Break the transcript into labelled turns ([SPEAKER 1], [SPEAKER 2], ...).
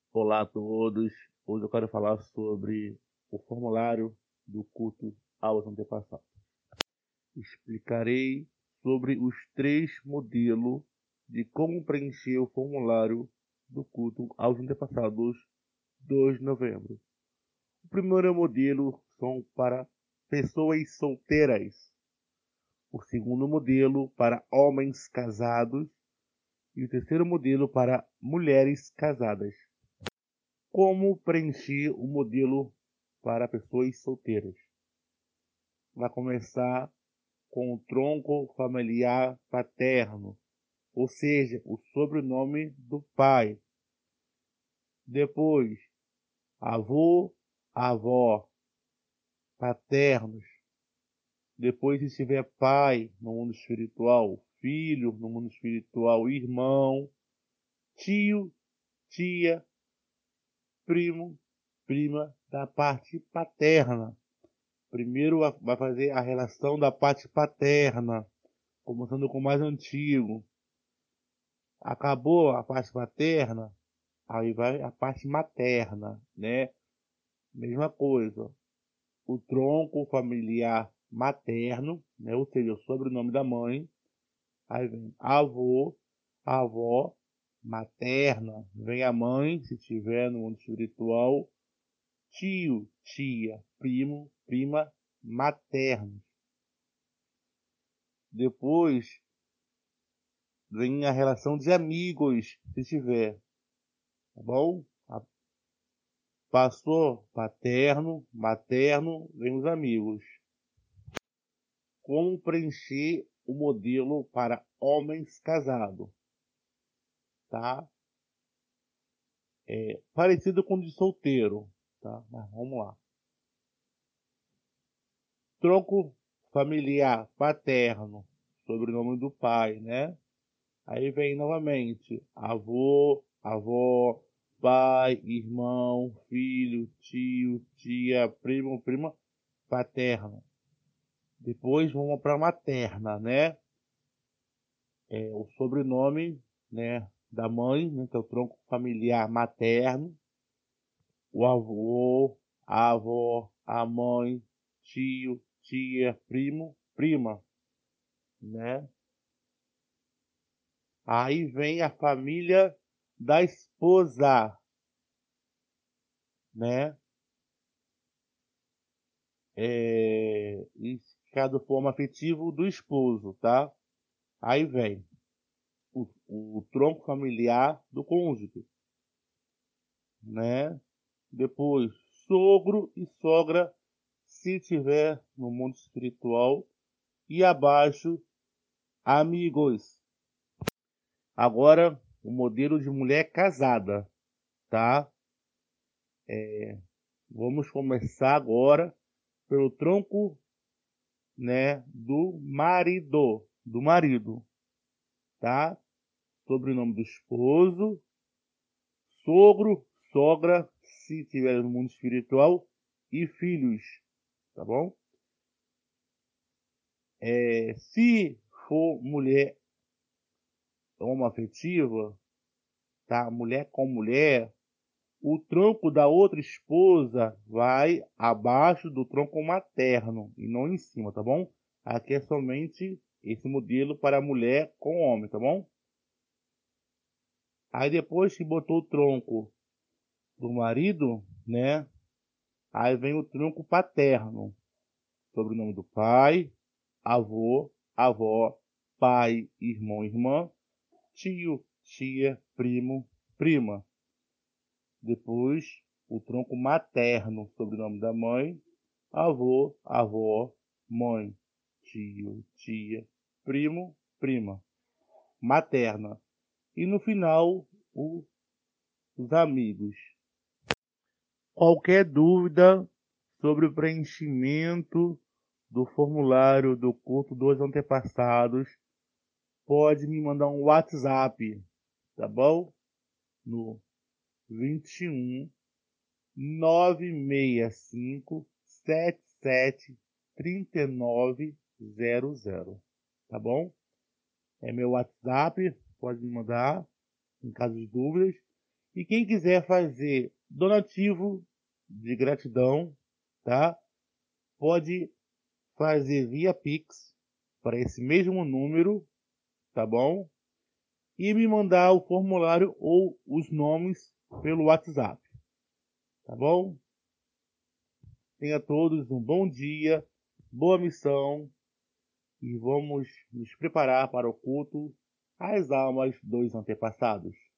[SPEAKER 1] Olá a todos. Hoje eu quero falar sobre o formulário do culto aos antepassados. Explicarei sobre os 3 modelos de como preencher o formulário do culto aos antepassados 2 de novembro. O primeiro modelo são para pessoas solteiras. O segundo modelo para homens casados e o terceiro modelo para mulheres casadas. Como preencher o modelo para pessoas solteiras? Vai começar com o tronco familiar paterno, ou seja, o sobrenome do pai. Depois, avô, avó, paternos. Depois, se tiver pai no mundo espiritual, filho no mundo espiritual, irmão, tio, tia, primo, prima da parte paterna. Primeiro vai fazer a relação da parte paterna, começando com o mais antigo. Acabou a parte paterna, aí vai a parte materna, né? Mesma coisa. O tronco familiar materno, né? Ou seja, o sobrenome da mãe. Aí vem avô, avó, materna. Vem a mãe, se tiver no mundo espiritual. Tio, tia, primo, prima, materno. Depois vem a relação de amigos, se tiver, tá bom? Passou paterno, materno, vem os amigos. Como preencher o modelo para homens casados, tá? Parecido com o de solteiro, tá? Mas vamos lá. Tronco familiar paterno, sobrenome do pai, né? Aí vem novamente avô, avó, pai, irmão, filho, tio, tia, primo, prima, paterna. Depois vamos para materna, né? O sobrenome, né, da mãe, né, que é o tronco familiar materno. O avô, a avó, a mãe, tio, tia, primo, prima, né? Aí vem a família da esposa, né? Indicado forma afetivo do esposo, tá? Aí vem o tronco familiar do cônjuge, né? Depois, sogro e sogra, se tiver no mundo espiritual. E abaixo, amigos. Agora, o modelo de mulher casada, tá? Vamos começar agora pelo tronco, né, do marido, tá? Sobrenome do esposo, sogro, sogra, se tiver no mundo espiritual, e filhos, tá bom? Se for mulher homoafetiva, tá? Mulher com mulher, o tronco da outra esposa vai abaixo do tronco materno e não em cima, tá bom? Aqui é somente esse modelo para mulher com homem, tá bom? Aí depois que botou o tronco do marido, né? Aí vem o tronco paterno, sobrenome do pai, avô, avó, pai, irmão, irmã, tio, tia, primo, prima. Depois, o tronco materno, sobrenome da mãe, avô, avó, mãe, tio, tia, primo, prima. Materna. E no final, os amigos. Qualquer dúvida sobre o preenchimento do formulário do culto dos antepassados, pode me mandar um WhatsApp, tá bom? No 21 965 77 3900, tá bom? É meu WhatsApp, pode me mandar em caso de dúvidas. E quem quiser fazer donativo de gratidão, tá? Pode fazer via Pix para esse mesmo número, tá bom? E me mandar o formulário ou os nomes pelo WhatsApp, tá bom? Tenha todos um bom dia, boa missão e vamos nos preparar para o culto às almas dos antepassados.